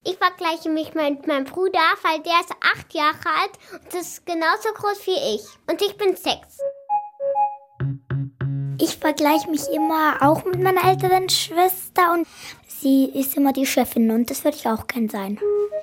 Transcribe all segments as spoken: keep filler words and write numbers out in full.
Ich vergleiche mich mit meinem Bruder, weil der ist acht Jahre alt und ist genauso groß wie ich. Und ich bin sechs. Ich vergleiche mich immer auch mit meiner älteren Schwester und sie ist immer die Chefin und das würde ich auch gern sein.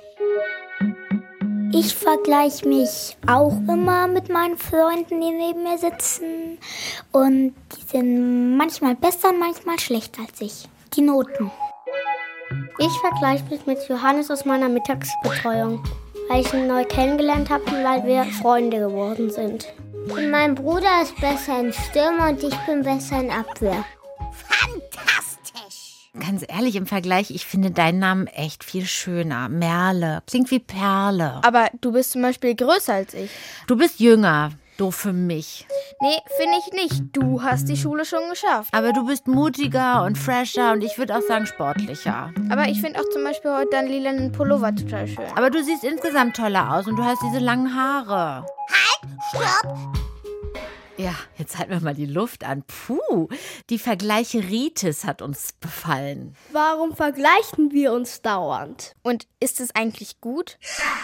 Ich vergleiche mich auch immer mit meinen Freunden, die neben mir sitzen und die sind manchmal besser und manchmal schlechter als ich. Die Noten. Ich vergleiche mich mit Johannes aus meiner Mittagsbetreuung, weil ich ihn neu kennengelernt habe und weil wir Freunde geworden sind. Und mein Bruder ist besser in Stürmer und ich bin besser in Abwehr. Fantastisch! Ganz ehrlich, im Vergleich, ich finde deinen Namen echt viel schöner. Merle, klingt wie Perle. Aber du bist zum Beispiel größer als ich. Du bist jünger, doof für mich. Nee, finde ich nicht. Du hast die Schule schon geschafft. Aber du bist mutiger und fresher und ich würde auch sagen sportlicher. Aber ich finde auch zum Beispiel heute deinen lilanen Pullover total schön. Aber du siehst insgesamt toller aus und du hast diese langen Haare. Halt, stopp! Ja, jetzt halten wir mal die Luft an. Puh, die Vergleicheritis hat uns befallen. Warum vergleichen wir uns dauernd? Und ist es eigentlich gut?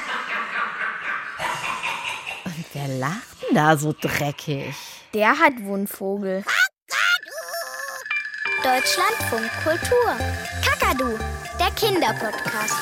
Und wer lacht denn da so dreckig? Der hat Wundvogel. Deutschlandfunk Kultur. Kakadu, der Kinderpodcast.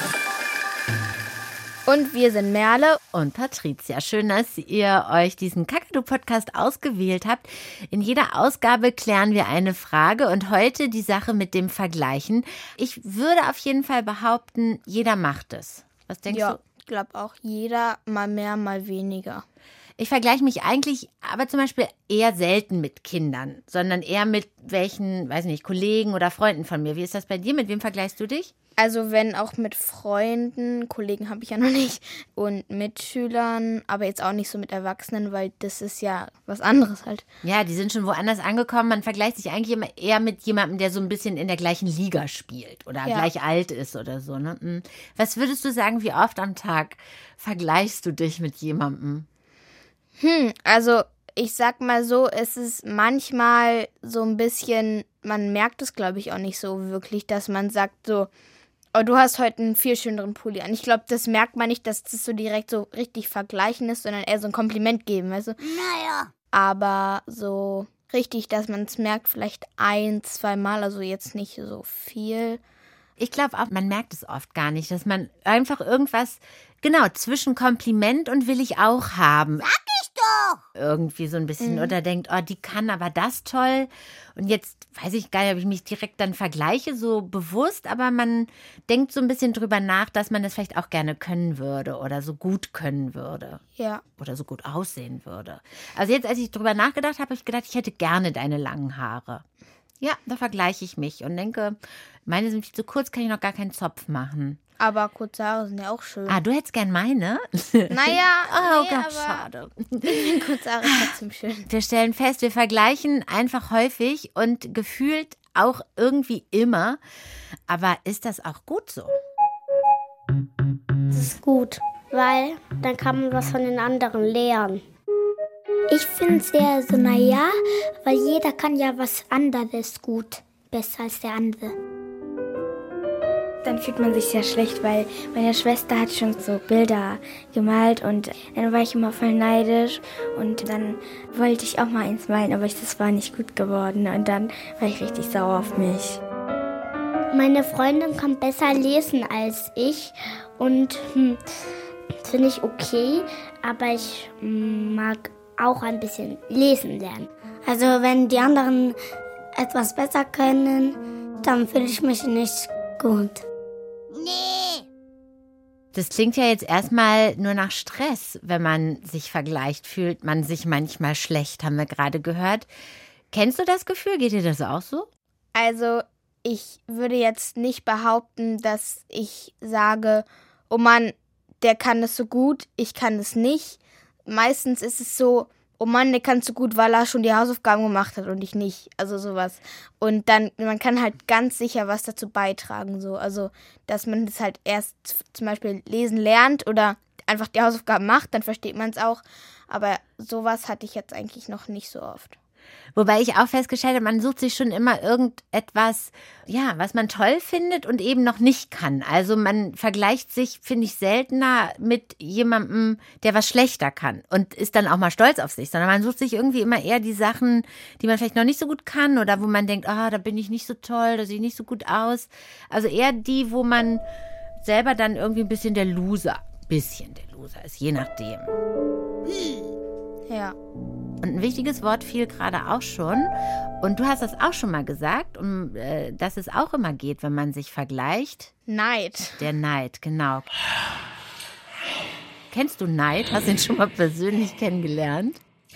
Und wir sind Merle und Patricia. Schön, dass ihr euch diesen Kakadu-Podcast ausgewählt habt. In jeder Ausgabe klären wir eine Frage und heute die Sache mit dem Vergleichen. Ich würde auf jeden Fall behaupten, jeder macht es. Was denkst ja, du? Ich glaube auch jeder, mal mehr, mal weniger. Ich vergleiche mich eigentlich aber zum Beispiel eher selten mit Kindern, sondern eher mit welchen, weiß nicht, Kollegen oder Freunden von mir. Wie ist das bei dir? Mit wem vergleichst du dich? Also wenn auch mit Freunden, Kollegen habe ich ja noch nicht, und Mitschülern, aber jetzt auch nicht so mit Erwachsenen, weil das ist ja was anderes halt. Ja, die sind schon woanders angekommen. Man vergleicht sich eigentlich immer eher mit jemandem, der so ein bisschen in der gleichen Liga spielt oder ja. gleich alt ist oder so. Ne? Was würdest du sagen, wie oft am Tag vergleichst du dich mit jemandem? Hm, also ich sag mal so, es ist manchmal so ein bisschen, man merkt es glaube ich auch nicht so wirklich, dass man sagt so, oh, du hast heute einen viel schöneren Pulli an. Ich glaube, das merkt man nicht, dass das so direkt so richtig vergleichen ist, sondern eher so ein Kompliment geben, weißt du? Naja. Aber so richtig, dass man es merkt, vielleicht ein, zwei Mal, also jetzt nicht so viel. Ich glaube auch, man merkt es oft gar nicht, dass man einfach irgendwas, genau, zwischen Kompliment und will ich auch haben. Sag ich doch! Irgendwie so ein bisschen mhm. oder denkt, oh, die kann aber das toll. Und jetzt weiß ich gar nicht, ob ich mich direkt dann vergleiche, so bewusst, aber man denkt so ein bisschen drüber nach, dass man das vielleicht auch gerne können würde oder so gut können würde. Ja. Oder so gut aussehen würde. Also jetzt, als ich drüber nachgedacht habe, habe ich gedacht, ich hätte gerne deine langen Haare. Ja, da vergleiche ich mich und denke, meine sind viel zu kurz, kann ich noch gar keinen Zopf machen. Aber kurze Haare sind ja auch schön. Ah, du hättest gern meine? Naja, oh nee, Gott, aber schade. Kurze Haare ist trotzdem schön. Wir stellen fest, wir vergleichen einfach häufig und gefühlt auch irgendwie immer. Aber ist das auch gut so? Das ist gut, weil dann kann man was von den anderen lernen. Ich finde es eher so, naja, weil jeder kann ja was anderes gut, besser als der andere. Dann fühlt man sich sehr schlecht, weil meine Schwester hat schon so Bilder gemalt und dann war ich immer voll neidisch und dann wollte ich auch mal eins malen, aber das war nicht gut geworden und dann war ich richtig sauer auf mich. Meine Freundin kann besser lesen als ich und hm, das finde ich okay, aber ich hm, mag auch ein bisschen lesen lernen. Also wenn die anderen etwas besser können, dann fühle ich mich nicht gut. Nee. Das klingt ja jetzt erstmal nur nach Stress, wenn man sich vergleicht, fühlt man sich manchmal schlecht, haben wir gerade gehört. Kennst du das Gefühl? Geht dir das auch so? Also ich würde jetzt nicht behaupten, dass ich sage, oh Mann, der kann es so gut, ich kann es nicht. Meistens ist es so, oh Mann, der kann es so gut, weil er schon die Hausaufgaben gemacht hat und ich nicht. Also sowas. Und dann, man kann halt ganz sicher was dazu beitragen. So. Also, dass man das halt erst zum Beispiel lesen lernt oder einfach die Hausaufgaben macht, dann versteht man es auch. Aber sowas hatte ich jetzt eigentlich noch nicht so oft. Wobei ich auch festgestellt habe, man sucht sich schon immer irgendetwas, ja, was man toll findet und eben noch nicht kann. Also man vergleicht sich, finde ich, seltener mit jemandem, der was schlechter kann und ist dann auch mal stolz auf sich, sondern man sucht sich irgendwie immer eher die Sachen, die man vielleicht noch nicht so gut kann oder wo man denkt, ah, oh, da bin ich nicht so toll, da sehe ich nicht so gut aus. Also eher die, wo man selber dann irgendwie ein bisschen der Loser, bisschen der Loser ist, je nachdem. Ja. Und ein wichtiges Wort fiel gerade auch schon. Und du hast das auch schon mal gesagt, um, äh, dass es auch immer geht, wenn man sich vergleicht. Neid. Der Neid, genau. Kennst du Neid? Hast du ihn schon mal persönlich kennengelernt?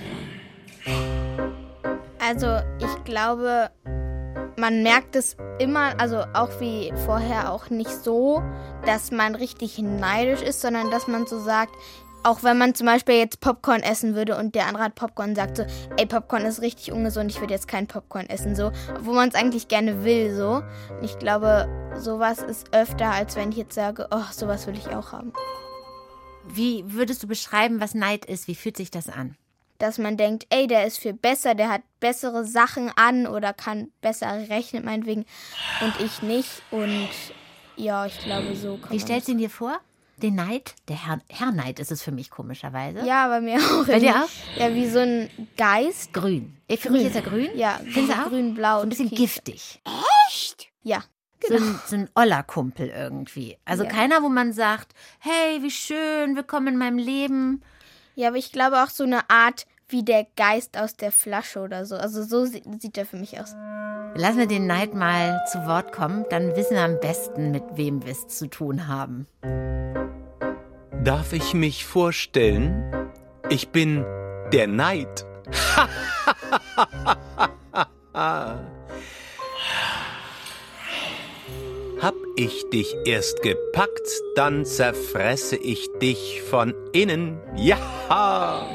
Also ich glaube, man merkt es immer, also auch wie vorher auch nicht so, dass man richtig neidisch ist, sondern dass man so sagt, auch wenn man zum Beispiel jetzt Popcorn essen würde und der andere hat Popcorn und sagt so, ey, Popcorn ist richtig ungesund, ich würde jetzt kein Popcorn essen, so, obwohl man es eigentlich gerne will, so. Und ich glaube, sowas ist öfter, als wenn ich jetzt sage, oh, sowas will ich auch haben. Wie würdest du beschreiben, was Neid ist? Wie fühlt sich das an? Dass man denkt, ey, der ist viel besser, der hat bessere Sachen an oder kann besser rechnen, meinetwegen, und ich nicht. Und ja, ich glaube, so kann Wie man stellst du das. ihn dir vor? Den Neid? Der Herr, Herr Neid ist es für mich komischerweise. Ja, bei mir auch. Bei dir auch? Ja, wie so ein Geist. Grün. Für grün. mich ist er grün? Ja, Findest du auch? grün-blau. So ein bisschen und giftig. Echt? Ja. So ein, so ein Oller-Kumpel irgendwie. Also Ja. keiner, wo man sagt, hey, wie schön, willkommen in meinem Leben. Ja, aber ich glaube auch so eine Art wie der Geist aus der Flasche oder so. Also so sieht, sieht er für mich aus. Lassen wir den Neid mal zu Wort kommen, dann wissen wir am besten, mit wem wir es zu tun haben. Darf ich mich vorstellen? Ich bin der Neid. Hab ich dich erst gepackt, dann zerfresse ich dich von innen. Ja!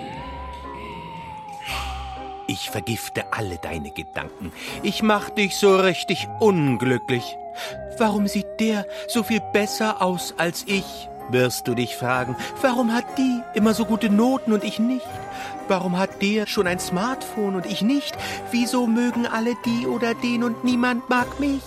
Ich vergifte alle deine Gedanken. Ich mach dich so richtig unglücklich. Warum sieht der so viel besser aus als ich? Wirst du dich fragen, warum hat die immer so gute Noten und ich nicht? Warum hat der schon ein Smartphone und ich nicht? Wieso mögen alle die oder den und niemand mag mich?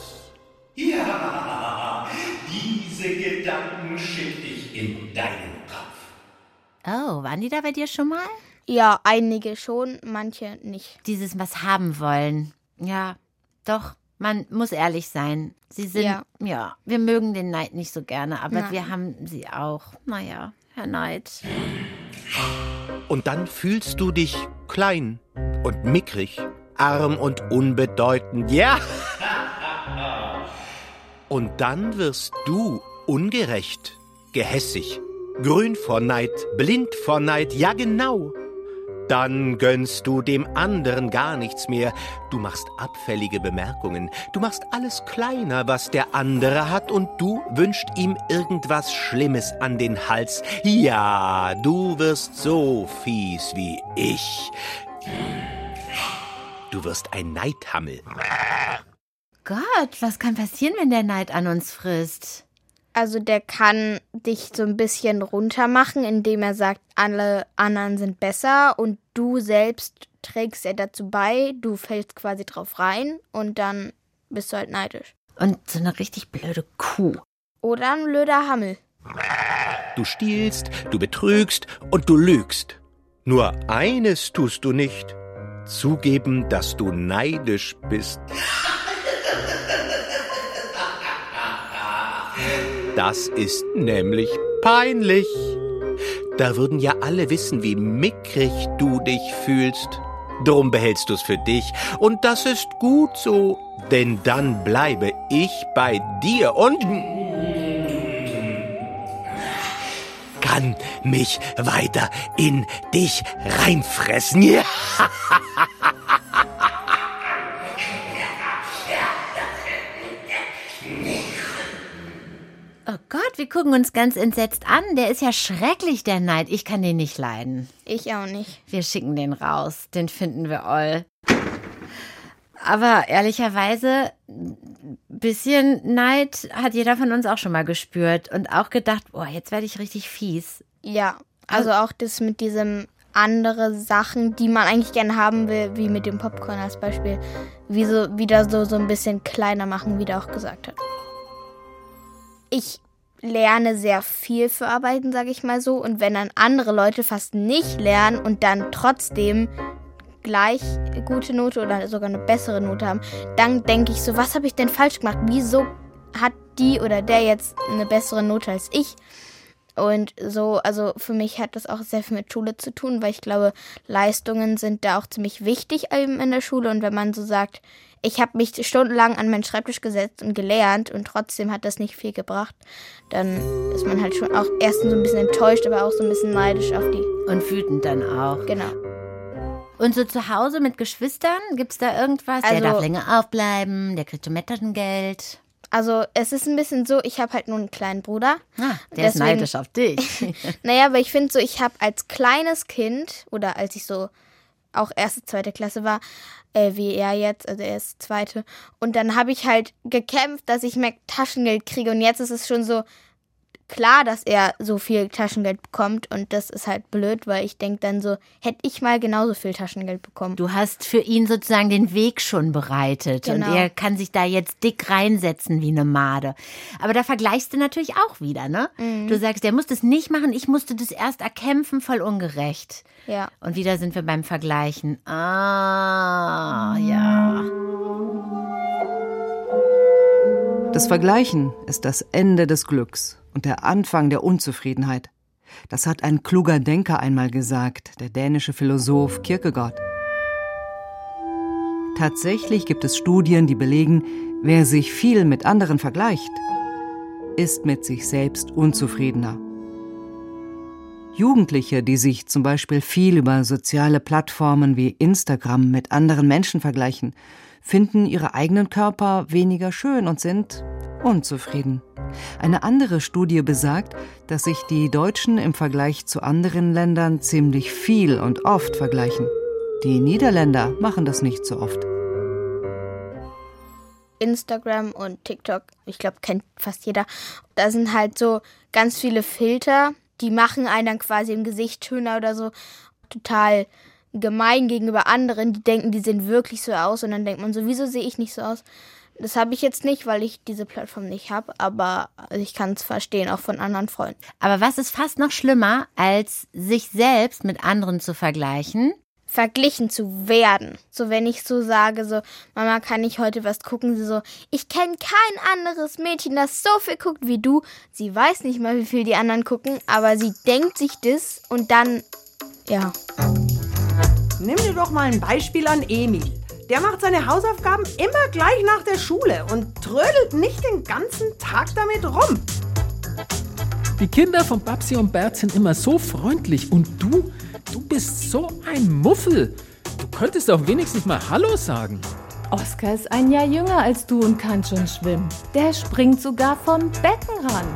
Ja, diese Gedanken schicke ich in deinen Kopf. Oh, waren die da bei dir schon mal? Ja, einige schon, manche nicht. Dieses was haben wollen. Ja, doch, man muss ehrlich sein. Sie sind, ja, Ja. wir mögen den Neid nicht so gerne, aber Nein. wir haben sie auch. Naja, Herr Neid. Und dann fühlst du dich klein und mickrig, arm und unbedeutend. Ja! Und dann wirst du ungerecht, gehässig, grün vor Neid, blind vor Neid, ja genau. Dann gönnst du dem anderen gar nichts mehr. Du machst abfällige Bemerkungen. Du machst alles kleiner, was der andere hat, und du wünschst ihm irgendwas Schlimmes an den Hals. Ja, du wirst so fies wie ich. Du wirst ein Neidhammel. Gott, was kann passieren, wenn der Neid an uns frisst? Also der kann dich so ein bisschen runtermachen, indem er sagt, alle anderen sind besser und du selbst trägst er dazu bei, du fällst quasi drauf rein und dann bist du halt neidisch. Und so eine richtig blöde Kuh. Oder ein blöder Hammel. Du stiehlst, du betrügst und du lügst. Nur eines tust du nicht: zugeben, dass du neidisch bist. Das ist nämlich peinlich. Da würden ja alle wissen, wie mickrig du dich fühlst. Drum behältst du's für dich. Und das ist gut so, denn dann bleibe ich bei dir und kann mich weiter in dich reinfressen. Ja. Oh Gott, wir gucken uns ganz entsetzt an. Der ist ja schrecklich, der Neid. Ich kann den nicht leiden. Ich auch nicht. Wir schicken den raus. Den finden wir all. Aber ehrlicherweise, ein bisschen Neid hat jeder von uns auch schon mal gespürt. Und auch gedacht, boah, jetzt werde ich richtig fies. Ja, also auch das mit diesem andere Sachen, die man eigentlich gerne haben will, wie mit dem Popcorn als Beispiel, wie so, wieder so, so ein bisschen kleiner machen, wie der auch gesagt hat. Ich lerne sehr viel für Arbeiten, sage ich mal so. Und wenn dann andere Leute fast nicht lernen und dann trotzdem gleich gute Note oder sogar eine bessere Note haben, dann denke ich so, was habe ich denn falsch gemacht? Wieso hat die oder der jetzt eine bessere Note als ich? Und so, also für mich hat das auch sehr viel mit Schule zu tun, weil ich glaube, Leistungen sind da auch ziemlich wichtig eben in der Schule. Und wenn man so sagt, ich habe mich stundenlang an meinen Schreibtisch gesetzt und gelernt und trotzdem hat das nicht viel gebracht, dann ist man halt schon auch erstens so ein bisschen enttäuscht, aber auch so ein bisschen neidisch auf die. Und wütend dann auch. Genau. Und so zu Hause mit Geschwistern, gibt es da irgendwas? Also, der darf länger aufbleiben, der kriegt Taschengeld. Also es ist ein bisschen so, ich habe halt nur einen kleinen Bruder. Ah, der Deswegen, ist neidisch auf dich. Naja, aber ich finde so, ich habe als kleines Kind oder als ich so auch erste, zweite Klasse war, äh, wie er jetzt, also er ist zweite. Und dann habe ich halt gekämpft, dass ich mehr Taschengeld kriege. Und jetzt ist es schon so klar, dass er so viel Taschengeld bekommt. Und das ist halt blöd, weil ich denke dann so, hätte ich mal genauso viel Taschengeld bekommen. Du hast für ihn sozusagen den Weg schon bereitet. Genau. Und er kann sich da jetzt dick reinsetzen wie eine Made. Aber da vergleichst du natürlich auch wieder, ne? Mhm. Du sagst, der muss das nicht machen, ich musste das erst erkämpfen, voll ungerecht. Ja. Und wieder sind wir beim Vergleichen. Ah, ja. Das Vergleichen ist das Ende des Glücks und der Anfang der Unzufriedenheit. Das hat ein kluger Denker einmal gesagt, der dänische Philosoph Kierkegaard. Tatsächlich gibt es Studien, die belegen, wer sich viel mit anderen vergleicht, ist mit sich selbst unzufriedener. Jugendliche, die sich zum Beispiel viel über soziale Plattformen wie Instagram mit anderen Menschen vergleichen, finden ihre eigenen Körper weniger schön und sind unzufrieden. Eine andere Studie besagt, dass sich die Deutschen im Vergleich zu anderen Ländern ziemlich viel und oft vergleichen. Die Niederländer machen das nicht so oft. Instagram und TikTok, ich glaube, kennt fast jeder. Da sind halt so ganz viele Filter, die machen einen dann quasi im Gesicht schöner oder so. Total gemein gegenüber anderen, die denken, die sehen wirklich so aus. Und dann denkt man so, wieso sehe ich nicht so aus? Das habe ich jetzt nicht, weil ich diese Plattform nicht habe, aber ich kann es verstehen, auch von anderen Freunden. Aber was ist fast noch schlimmer, als sich selbst mit anderen zu vergleichen? Verglichen zu werden. So, wenn ich so sage, so, Mama, kann ich heute was gucken? Sie so, ich kenne kein anderes Mädchen, das so viel guckt wie du. Sie weiß nicht mal, wie viel die anderen gucken, aber sie denkt sich das und dann, ja. Nimm dir doch mal ein Beispiel an Emil. Der macht seine Hausaufgaben immer gleich nach der Schule und trödelt nicht den ganzen Tag damit rum. Die Kinder von Babsi und Bert sind immer so freundlich und du, du bist so ein Muffel. Du könntest doch wenigstens mal Hallo sagen. Oskar ist ein Jahr jünger als du und kann schon schwimmen. Der springt sogar vom Beckenrand.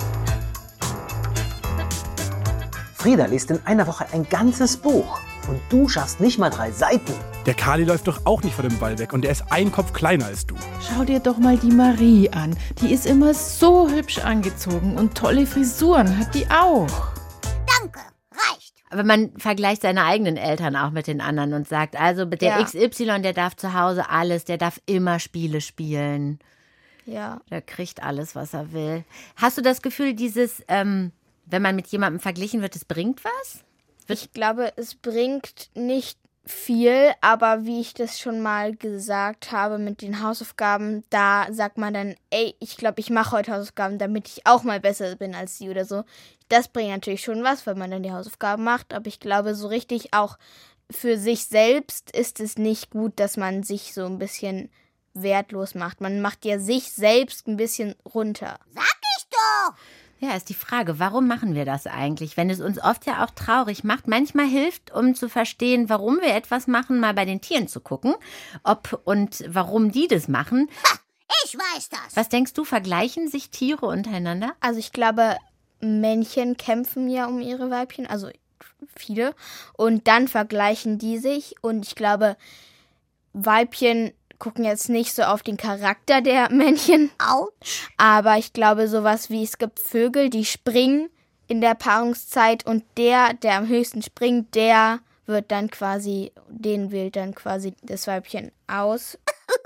Frieda liest in einer Woche ein ganzes Buch. Und du schaffst nicht mal drei Seiten. Der Kali läuft doch auch nicht vor dem Ball weg und der ist einen Kopf kleiner als du. Schau dir doch mal die Marie an. Die ist immer so hübsch angezogen und tolle Frisuren hat die auch. Danke, reicht. Aber man vergleicht seine eigenen Eltern auch mit den anderen und sagt, also der Ja. X Y, der darf zu Hause alles, der darf immer Spiele spielen. Ja. Der kriegt alles, was er will. Hast du das Gefühl, dieses, ähm, wenn man mit jemandem verglichen wird, es bringt was? Ich glaube, es bringt nicht viel, aber wie ich das schon mal gesagt habe mit den Hausaufgaben, da sagt man dann, ey, ich glaube, ich mache heute Hausaufgaben, damit ich auch mal besser bin als sie oder so. Das bringt natürlich schon was, wenn man dann die Hausaufgaben macht, aber ich glaube, so richtig auch für sich selbst ist es nicht gut, dass man sich so ein bisschen wertlos macht. Man macht ja sich selbst ein bisschen runter. Sag ich doch! Ja, ist die Frage, warum machen wir das eigentlich, wenn es uns oft ja auch traurig macht? Manchmal hilft, um zu verstehen, warum wir etwas machen, mal bei den Tieren zu gucken, ob und warum die das machen. Ha, ich weiß das. Was denkst du, vergleichen sich Tiere untereinander? Also ich glaube, Männchen kämpfen ja um ihre Weibchen, also viele, und dann vergleichen die sich und ich glaube, Weibchen gucken jetzt nicht so auf den Charakter der Männchen. Autsch. Aber ich glaube, sowas wie, es gibt Vögel, die springen in der Paarungszeit und der, der am höchsten springt, der wird dann quasi, den wählt dann quasi das Weibchen aus.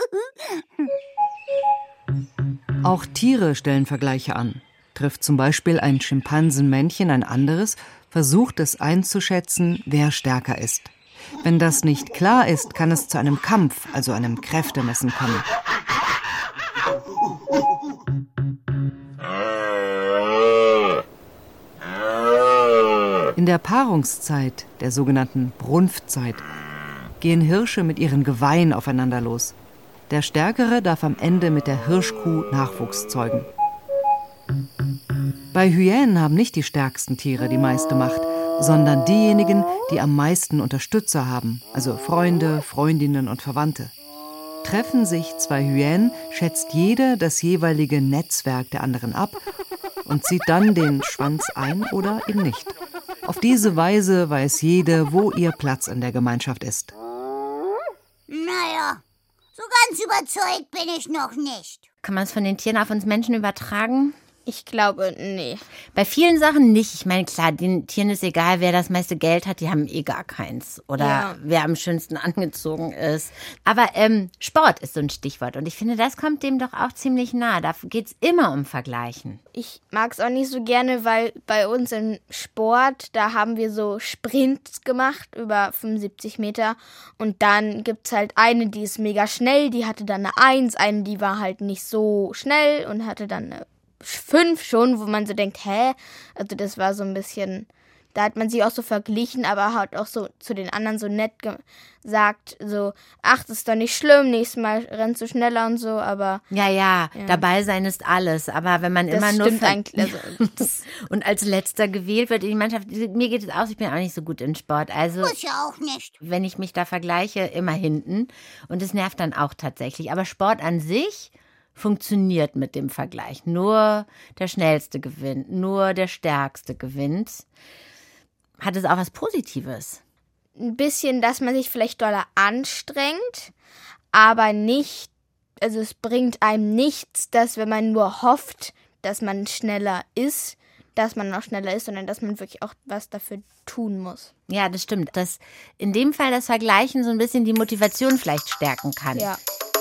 Auch Tiere stellen Vergleiche an. Trifft zum Beispiel ein Schimpansenmännchen ein anderes, versucht es einzuschätzen, wer stärker ist. Wenn das nicht klar ist, kann es zu einem Kampf, also einem Kräftemessen kommen. In der Paarungszeit, der sogenannten Brunftzeit, gehen Hirsche mit ihren Geweihen aufeinander los. Der Stärkere darf am Ende mit der Hirschkuh Nachwuchs zeugen. Bei Hyänen haben nicht die stärksten Tiere die meiste Macht, sondern diejenigen, die am meisten Unterstützer haben, also Freunde, Freundinnen und Verwandte. Treffen sich zwei Hyänen, schätzt jede das jeweilige Netzwerk der anderen ab und zieht dann den Schwanz ein oder eben nicht. Auf diese Weise weiß jede, wo ihr Platz in der Gemeinschaft ist. Naja, so ganz überzeugt bin ich noch nicht. Kann man es von den Tieren auf uns Menschen übertragen? Ich glaube, nee. Bei vielen Sachen nicht. Ich meine, klar, den Tieren ist egal, wer das meiste Geld hat, die haben eh gar keins. Oder ja. wer am schönsten angezogen ist. Aber ähm, Sport ist so ein Stichwort. Und ich finde, das kommt dem doch auch ziemlich nah. Da geht es immer um Vergleichen. Ich mag es auch nicht so gerne, weil bei uns im Sport, da haben wir so Sprints gemacht über fünfundsiebzig Meter. Und dann gibt es halt eine, die ist mega schnell, die hatte dann eine Eins. Eine, die war halt nicht so schnell und hatte dann eine Fünf schon, wo man so denkt, hä? Also das war so ein bisschen, da hat man sich auch so verglichen, aber hat auch so zu den anderen so nett gesagt, so, ach, das ist doch nicht schlimm, nächstes Mal rennst du schneller und so, aber... Ja, ja, ja. Dabei sein ist alles, aber wenn man das immer nur... Stimmt eigentlich, also, und als Letzter gewählt wird in die Mannschaft, mir geht es aus, ich bin auch nicht so gut in Sport, also... Muss ja auch nicht. Wenn ich mich da vergleiche, immer hinten und es nervt dann auch tatsächlich, aber Sport an sich... funktioniert mit dem Vergleich. Nur der Schnellste gewinnt, nur der Stärkste gewinnt. Hat es auch was Positives? Ein bisschen, dass man sich vielleicht doller anstrengt, aber nicht, also es bringt einem nichts, dass wenn man nur hofft, dass man schneller ist, dass man noch schneller ist, sondern dass man wirklich auch was dafür tun muss. Ja, das stimmt. Dass in dem Fall das Vergleichen so ein bisschen die Motivation vielleicht stärken kann. Ja.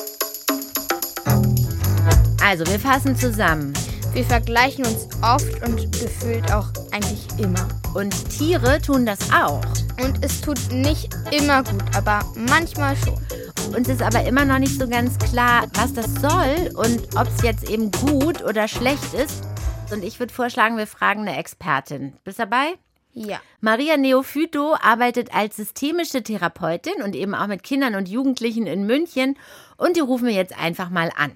Also, wir fassen zusammen. Wir vergleichen uns oft und gefühlt auch eigentlich immer. Und Tiere tun das auch. Und es tut nicht immer gut, aber manchmal schon. Uns ist aber immer noch nicht so ganz klar, was das soll und ob es jetzt eben gut oder schlecht ist. Und ich würde vorschlagen, wir fragen eine Expertin. Bist du dabei? Ja. Maria Neophyto arbeitet als systemische Therapeutin und eben auch mit Kindern und Jugendlichen in München. Und die rufen wir jetzt einfach mal an.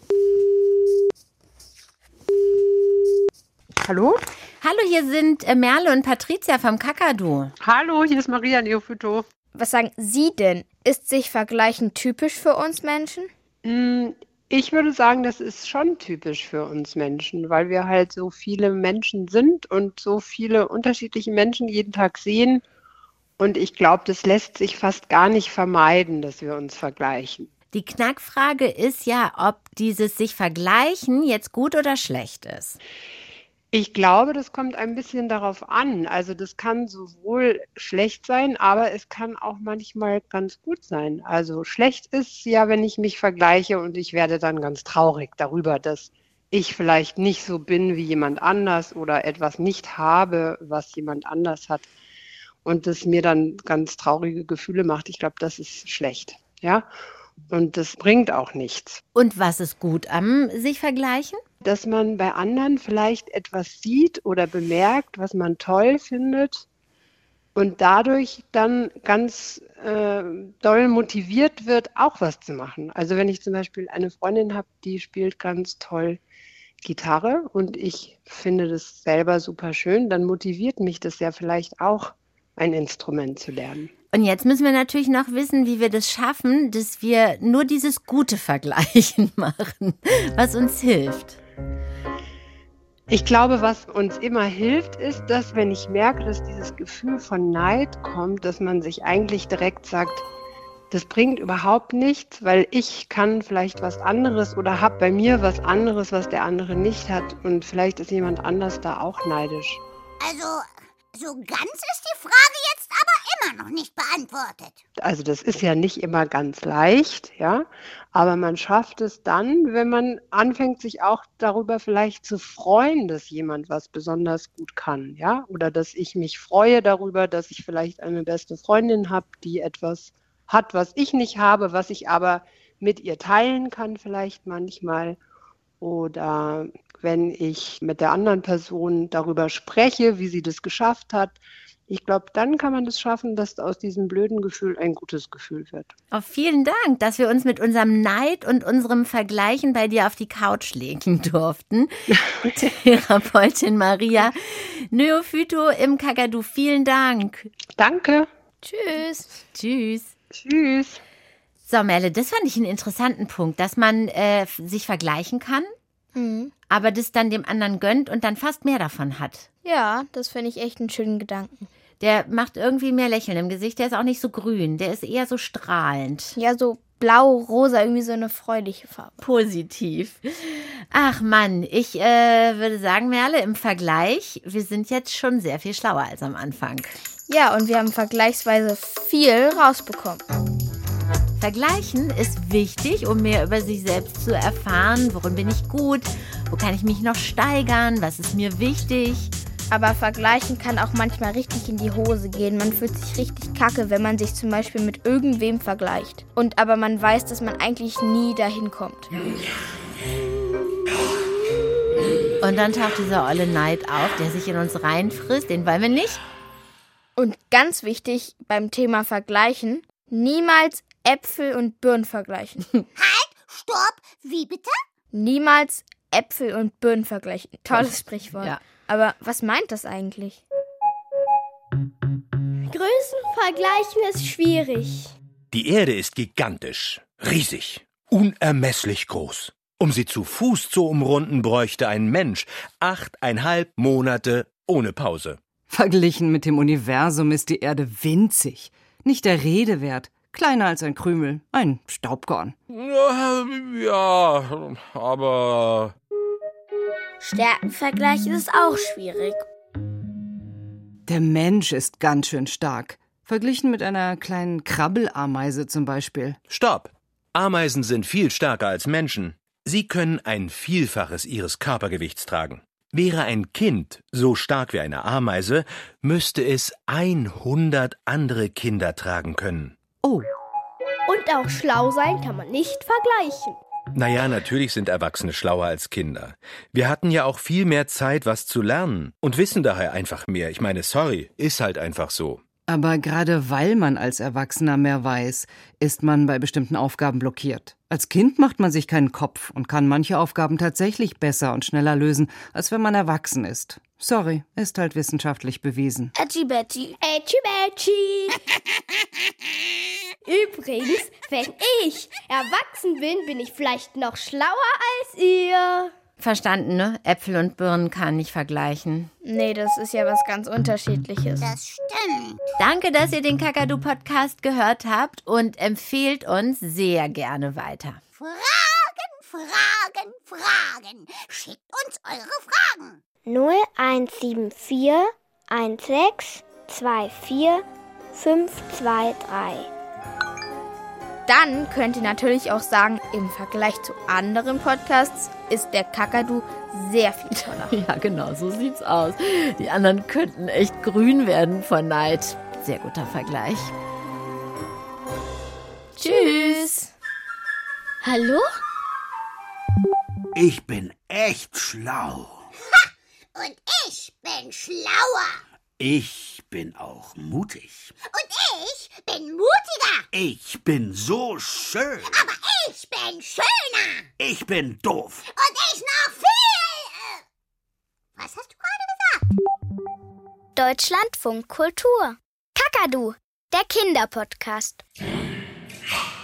Hallo? Hallo, hier sind äh, Merle und Patricia vom Kakadu. Hallo, hier ist Maria Neophyto. Was sagen Sie denn? Ist sich Vergleichen typisch für uns Menschen? Ich würde sagen, das ist schon typisch für uns Menschen, weil wir halt so viele Menschen sind und so viele unterschiedliche Menschen jeden Tag sehen. Und ich glaube, das lässt sich fast gar nicht vermeiden, dass wir uns vergleichen. Die Knackfrage ist ja, ob dieses sich vergleichen jetzt gut oder schlecht ist. Ich glaube, das kommt ein bisschen darauf an. Also das kann sowohl schlecht sein, aber es kann auch manchmal ganz gut sein. Also schlecht ist ja, wenn ich mich vergleiche und ich werde dann ganz traurig darüber, dass ich vielleicht nicht so bin wie jemand anders oder etwas nicht habe, was jemand anders hat und das mir dann ganz traurige Gefühle macht. Ich glaube, das ist schlecht, ja. Und das bringt auch nichts. Und was ist gut am sich vergleichen? Dass man bei anderen vielleicht etwas sieht oder bemerkt, was man toll findet und dadurch dann ganz äh, doll motiviert wird, auch was zu machen. Also wenn ich zum Beispiel eine Freundin habe, die spielt ganz toll Gitarre und ich finde das selber super schön, dann motiviert mich das ja vielleicht auch, ein Instrument zu lernen. Und jetzt müssen wir natürlich noch wissen, wie wir das schaffen, dass wir nur dieses gute Vergleichen machen, was uns hilft. Ich glaube, was uns immer hilft, ist, dass wenn ich merke, dass dieses Gefühl von Neid kommt, dass man sich eigentlich direkt sagt, das bringt überhaupt nichts, weil ich kann vielleicht was anderes oder habe bei mir was anderes, was der andere nicht hat und vielleicht ist jemand anders da auch neidisch. Also, so ganz ist die Frage jetzt aber immer noch nicht beantwortet. Also das ist ja nicht immer ganz leicht, ja, aber man schafft es dann, wenn man anfängt, sich auch darüber vielleicht zu freuen, dass jemand was besonders gut kann, ja, oder dass ich mich freue darüber, dass ich vielleicht eine beste Freundin habe, die etwas hat, was ich nicht habe, was ich aber mit ihr teilen kann vielleicht manchmal. Oder wenn ich mit der anderen Person darüber spreche, wie sie das geschafft hat. Ich glaube, dann kann man es das schaffen, dass aus diesem blöden Gefühl ein gutes Gefühl wird. Oh, vielen Dank, dass wir uns mit unserem Neid und unserem Vergleichen bei dir auf die Couch legen durften. Therapeutin Maria Neophyto im Kakadu, vielen Dank. Danke. Tschüss. Tschüss. Tschüss. So, Merle, das fand ich einen interessanten Punkt, dass man äh, sich vergleichen kann, mhm. aber das dann dem anderen gönnt und dann fast mehr davon hat. Ja, das finde ich echt einen schönen Gedanken. Der macht irgendwie mehr Lächeln im Gesicht, der ist auch nicht so grün, der ist eher so strahlend. Ja, so blau, rosa, irgendwie so eine freudige Farbe. Positiv. Ach Mann, ich äh, würde sagen, Merle, im Vergleich, wir sind jetzt schon sehr viel schlauer als am Anfang. Ja, und wir haben vergleichsweise viel rausbekommen. Vergleichen ist wichtig, um mehr über sich selbst zu erfahren. Worin bin ich gut? Wo kann ich mich noch steigern? Was ist mir wichtig? Aber vergleichen kann auch manchmal richtig in die Hose gehen. Man fühlt sich richtig kacke, wenn man sich zum Beispiel mit irgendwem vergleicht. Und aber man weiß, dass man eigentlich nie dahin kommt. Und dann taucht dieser olle Neid auf, der sich in uns reinfrisst. Den wollen wir nicht. Und ganz wichtig beim Thema Vergleichen, niemals Äpfel und Birnen vergleichen. Halt, stopp, wie bitte? Niemals Äpfel und Birnen vergleichen. Tolles Sprichwort. Ja. Aber was meint das eigentlich? Größen vergleichen ist schwierig. Die Erde ist gigantisch, riesig, unermesslich groß. Um sie zu Fuß zu umrunden, bräuchte ein Mensch achteinhalb Monate ohne Pause. Verglichen mit dem Universum ist die Erde winzig, nicht der Rede wert. Kleiner als ein Krümel, ein Staubkorn. Ja, aber... Stärkenvergleich ist auch schwierig. Der Mensch ist ganz schön stark. Verglichen mit einer kleinen Krabbelameise zum Beispiel. Stopp! Ameisen sind viel stärker als Menschen. Sie können ein Vielfaches ihres Körpergewichts tragen. Wäre ein Kind so stark wie eine Ameise, müsste es hundert andere Kinder tragen können. Oh. Und auch schlau sein kann man nicht vergleichen. Naja, natürlich sind Erwachsene schlauer als Kinder. Wir hatten ja auch viel mehr Zeit, was zu lernen und wissen daher einfach mehr. Ich meine, sorry, ist halt einfach so. Aber gerade weil man als Erwachsener mehr weiß, ist man bei bestimmten Aufgaben blockiert. Als Kind macht man sich keinen Kopf und kann manche Aufgaben tatsächlich besser und schneller lösen, als wenn man erwachsen ist. Sorry, ist halt wissenschaftlich bewiesen. Edgy Betty. Edgy Betty. Übrigens, wenn ich erwachsen bin, bin ich vielleicht noch schlauer als ihr. Verstanden, ne? Äpfel und Birnen kann nicht vergleichen. Nee, das ist ja was ganz Unterschiedliches. Das stimmt. Danke, dass ihr den Kakadu-Podcast gehört habt und empfehlt uns sehr gerne weiter. Fragen, Fragen, Fragen. Schickt uns eure Fragen. null eins sieben vier eins sechs zwei vier fünf zwei drei. Dann könnt ihr natürlich auch sagen, im Vergleich zu anderen Podcasts ist der Kakadu sehr viel toller. Ja, genau, so sieht's aus. Die anderen könnten echt grün werden vor Neid. Sehr guter Vergleich. Tschüss. Hallo? Ich bin echt schlau. Ha! Und ich bin schlauer. Ich bin auch mutig. Und ich bin mutiger. Ich bin so schön. Aber ich bin schöner. Ich bin doof. Und ich noch viel. Äh, was hast du gerade gesagt? Deutschlandfunk Kultur. Kakadu, der Kinderpodcast.